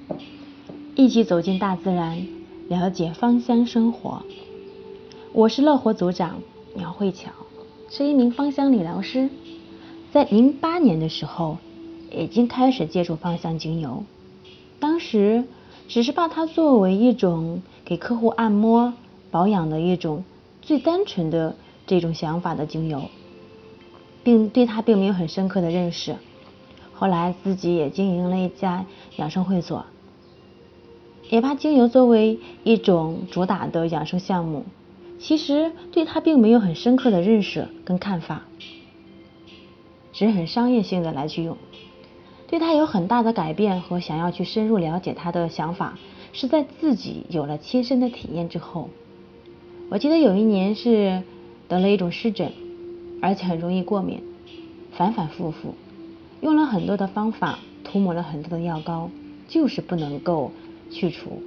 一起走进大自然，了解芳香生活。我是乐活组长苗慧巧，是一名芳香理疗师。在08年的时候，已经开始接触芳香精油。当时只是把它作为一种给客户按摩保养的一种最单纯的这种想法的精油，并对它并没有很深刻的认识。后来自己也经营了一家养生会所，也把精油作为一种主打的养生项目，其实对它并没有很深刻的认识跟看法，只是很商业性的来去用。对它有很大的改变和想要去深入了解它的想法，是在自己有了亲身的体验之后。我记得有一年是得了一种湿疹，而且很容易过敏，反反复复，用了很多的方法，涂抹了很多的药膏，就是不能够去除，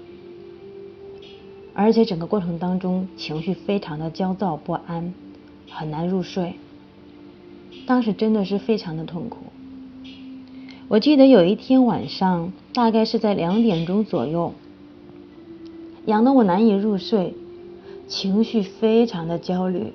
而且整个过程当中情绪非常的焦躁不安，很难入睡，当时真的是非常的痛苦。我记得有一天晚上，大概是在2点钟左右，痒得我难以入睡，情绪非常的焦虑。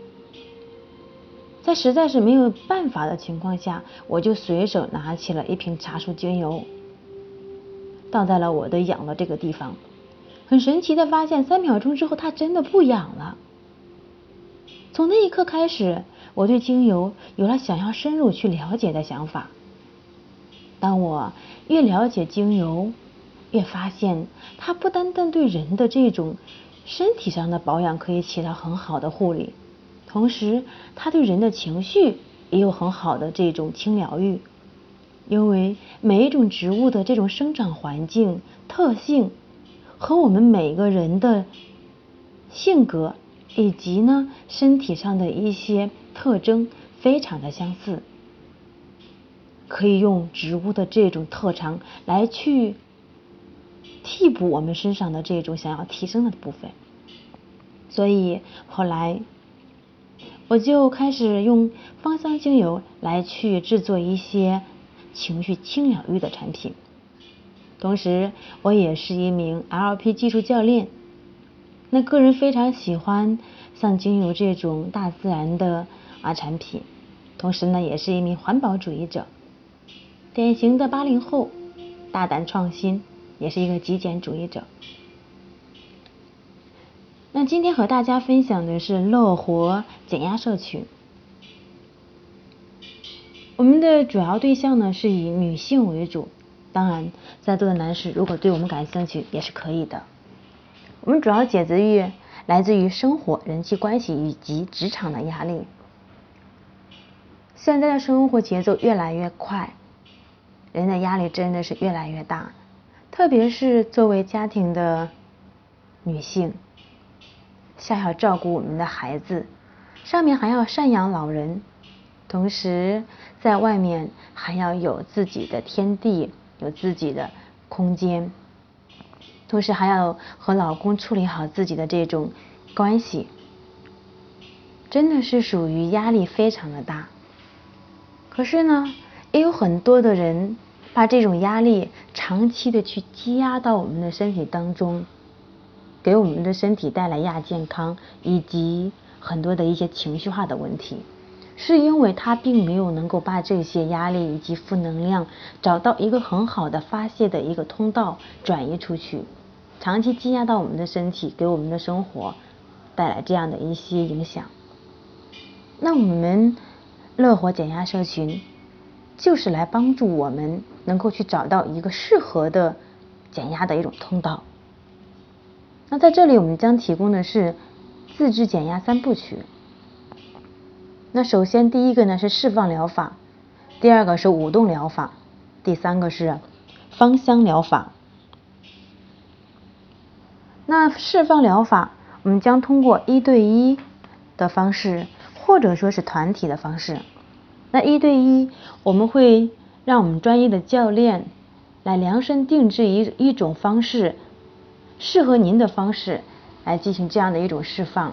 在实在是没有办法的情况下，我就随手拿起了一瓶茶树精油，倒在了我的痒的这个地方。很神奇的发现，3秒钟之后它真的不痒了。从那一刻开始，我对精油有了想要深入去了解的想法。当我越了解精油，越发现它不单单对人的这种身体上的保养可以起到很好的护理，同时它对人的情绪也有很好的这种轻疗愈。因为每一种植物的这种生长环境特性和我们每个人的性格以及呢身体上的一些特征非常的相似，可以用植物的这种特长来去替补我们身上的这种想要提升的部分。所以后来我就开始用芳香精油来去制作一些情绪轻疗愈的产品。同时我也是一名 LP 技术教练，那个人非常喜欢像精油这种大自然的产品，同时呢也是一名环保主义者，典型的80后，大胆创新，也是一个极简主义者。那今天和大家分享的是乐活减压社群。我们的主要对象呢是以女性为主，当然在座的男士如果对我们感兴趣也是可以的。我们主要解决于来自于生活、人际关系以及职场的压力。现在的生活节奏越来越快，人的压力真的是越来越大，特别是作为家庭的女性，下要照顾我们的孩子，上面还要赡养老人，同时在外面还要有自己的天地，有自己的空间，同时还要和老公处理好自己的这种关系，真的是属于压力非常的大。可是呢，也有很多的人把这种压力长期的去积压到我们的身体当中，给我们的身体带来亚健康以及很多的一些情绪化的问题，是因为他并没有能够把这些压力以及负能量找到一个很好的发泄的一个通道转移出去，长期积压到我们的身体，给我们的生活带来这样的一些影响。那我们乐活减压社群就是来帮助我们能够去找到一个适合的减压的一种通道。那在这里我们将提供的是自制减压3部曲。那首先第一个呢是释放疗法，第二个是舞动疗法，第三个是芳香疗法。那释放疗法我们将通过1对1的方式，或者说是团体的方式。那1对1我们会让我们专业的教练来量身定制一种方式，适合您的方式来进行这样的一种释放。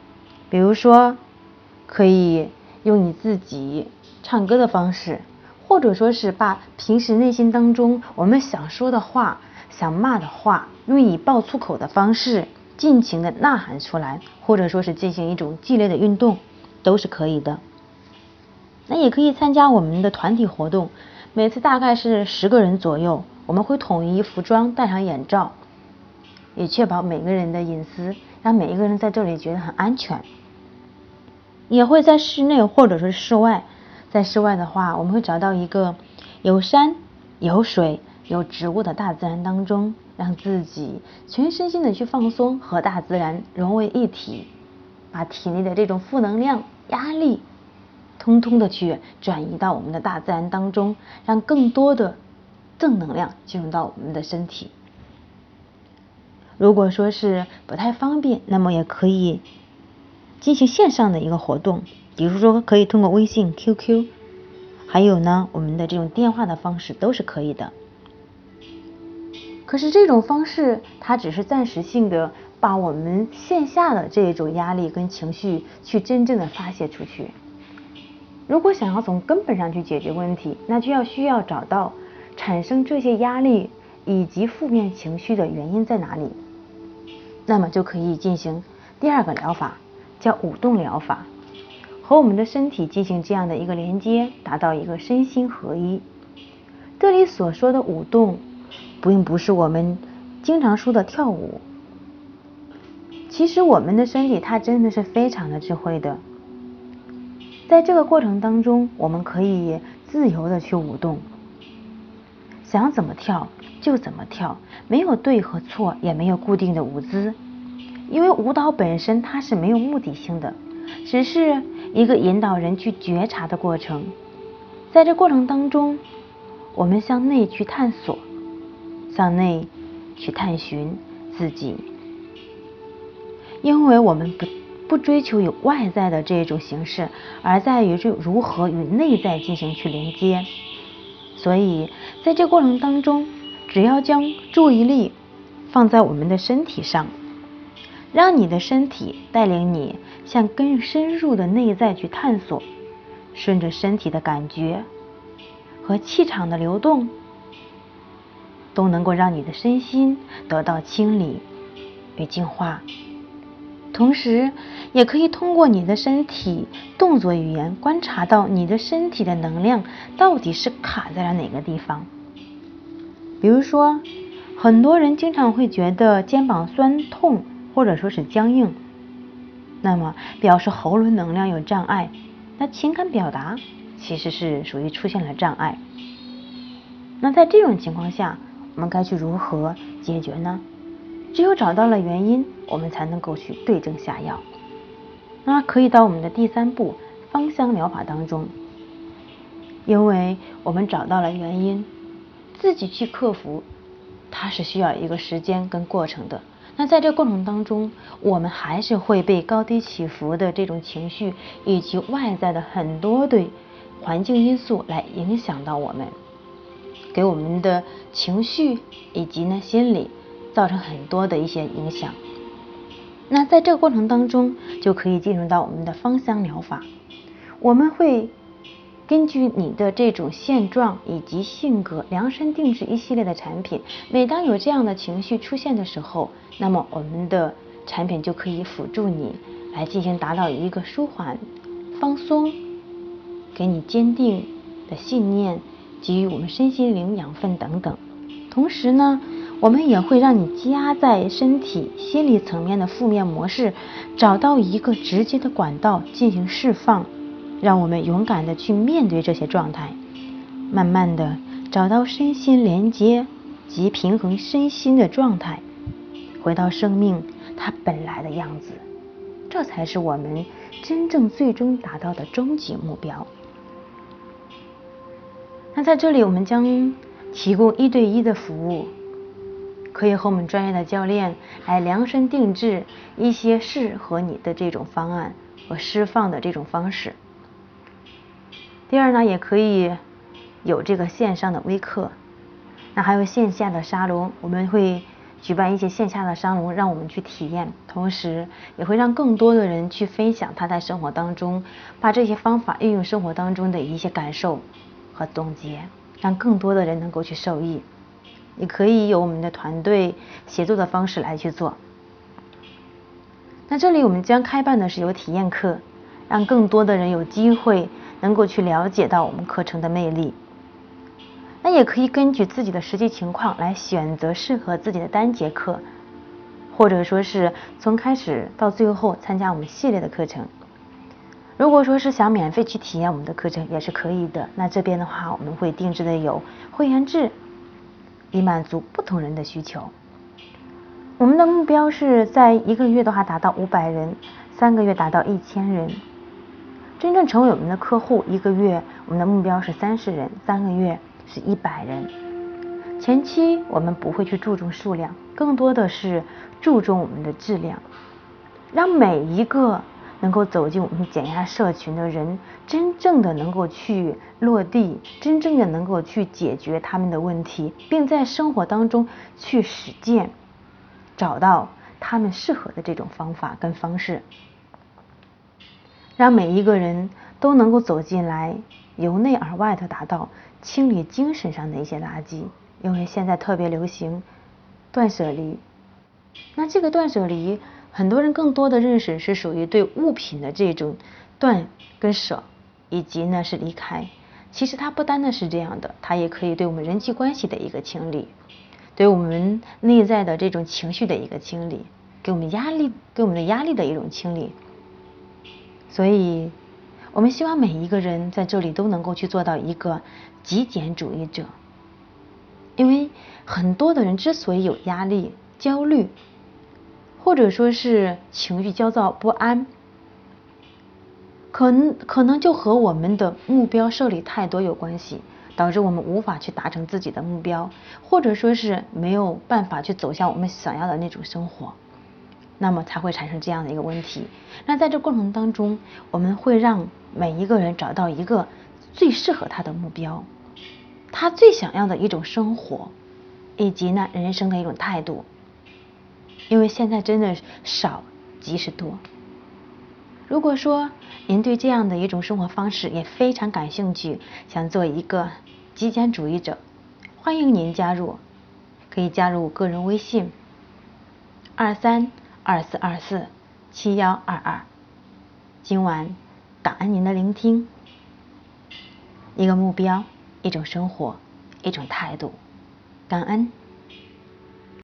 比如说可以用你自己唱歌的方式， 或者说是把平时内心当中我们想说的话、想骂的话，用以爆粗口的方式尽情的呐喊出来，或者说是进行一种激烈的运动，都是可以的。那也可以参加我们的团体活动，每次大概是10个人左右，我们会统一服装，戴上眼罩，也确保每个人的隐私，让每一个人在这里觉得很安全。也会在室内或者是室外，在室外的话，我们会找到一个有山、有水、有植物的大自然当中，让自己全身心的去放松，和大自然融为一体，把体内的这种负能量、压力通通的去转移到我们的大自然当中，让更多的正能量进入到我们的身体。如果说是不太方便，那么也可以进行线上的一个活动，比如说可以通过微信、QQ， 还有呢我们的这种电话的方式都是可以的。可是这种方式它只是暂时性的把我们线下的这种压力跟情绪去真正的发泄出去。如果想要从根本上去解决问题，那就需要找到产生这些压力以及负面情绪的原因在哪里，那么就可以进行第2个疗法，叫舞动疗法，和我们的身体进行这样的一个连接，达到一个身心合一。这里所说的舞动并不是我们经常说的跳舞，其实我们的身体它真的是非常的智慧的，在这个过程当中，我们可以自由的去舞动，想怎么跳就怎么跳，没有对和错，也没有固定的舞姿，因为舞蹈本身它是没有目的性的，只是一个引导人去觉察的过程。在这过程当中，我们向内去探索，向内去探寻自己，因为我们不追求有外在的这种形式，而在于如何与内在进行去连接。所以在这过程当中，只要将注意力放在我们的身体上，让你的身体带领你向更深入的内在去探索，顺着身体的感觉和气场的流动，都能够让你的身心得到清理与净化。同时也可以通过你的身体动作语言，观察到你的身体的能量到底是卡在了哪个地方。比如说很多人经常会觉得肩膀酸痛或者说是僵硬，那么表示喉咙能量有障碍，那情感表达其实是属于出现了障碍。那在这种情况下，我们该去如何解决呢？只有找到了原因，我们才能够去对症下药。那可以到我们的第3步芳香疗法当中，因为我们找到了原因，自己去克服它是需要一个时间跟过程的。那在这个过程当中，我们还是会被高低起伏的这种情绪以及外在的很多的环境因素来影响到我们，给我们的情绪以及呢心理造成很多的一些影响。那在这个过程当中，就可以进入到我们的芳香疗法。我们会根据你的这种现状以及性格，量身定制一系列的产品。每当有这样的情绪出现的时候，那么我们的产品就可以辅助你来进行达到一个舒缓、放松，给你坚定的信念，给予我们身心灵养分等等。同时呢，我们也会让你加在身体心理层面的负面模式，找到一个直接的管道进行释放，让我们勇敢的去面对这些状态，慢慢的找到身心连接及平衡身心的状态，回到生命它本来的样子，这才是我们真正最终达到的终极目标。那在这里我们将提供1对1的服务，可以和我们专业的教练来量身定制一些适合你的这种方案和释放的这种方式。第二呢，也可以有这个线上的微课，那还有线下的沙龙，我们会举办一些线下的沙龙让我们去体验，同时也会让更多的人去分享他在生活当中把这些方法运用生活当中的一些感受。 和总结，让更多的人能够去受益。也可以有我们的团队协作的方式来去做。那这里我们将开办的是有体验课，让更多的人有机会能够去了解到我们课程的魅力。那也可以根据自己的实际情况来选择适合自己的单节课，或者说是从开始到最后参加我们系列的课程。如果说是想免费去体验我们的课程也是可以的，那这边的话我们会定制的有会员制，以满足不同人的需求。我们的目标是在1个月的话达到500人，3个月达到1000人。真正成为我们的客户，1个月我们的目标是30人，3个月是100人。前期我们不会去注重数量，更多的是注重我们的质量，让每一个能够走进我们减压社群的人，真正的能够去落地，真正的能够去解决他们的问题，并在生活当中去实践，找到他们适合的这种方法跟方式，让每一个人都能够走进来，由内而外的达到清理精神上的一些垃圾。因为现在特别流行断舍离，那这个断舍离很多人更多的认识是属于对物品的这种断跟舍，以及呢是离开。其实它不单单是这样的，它也可以对我们人际关系的一个清理，对我们内在的这种情绪的一个清理，给我们的压力的一种清理。所以我们希望每一个人在这里都能够去做到一个极简主义者。因为很多的人之所以有压力、焦虑，或者说是情绪焦躁不安，可能就和我们的目标设立太多有关系，导致我们无法去达成自己的目标，或者说是没有办法去走向我们想要的那种生活，那么才会产生这样的一个问题。那在这过程当中，我们会让每一个人找到一个最适合他的目标，他最想要的一种生活，以及呢人生的一种态度。因为现在真的少即是多。如果说您对这样的一种生活方式也非常感兴趣，想做一个极简主义者，欢迎您加入，可以加入个人微信2324247122。今晚感恩您的聆听。一个目标，一种生活，一种态度，感恩。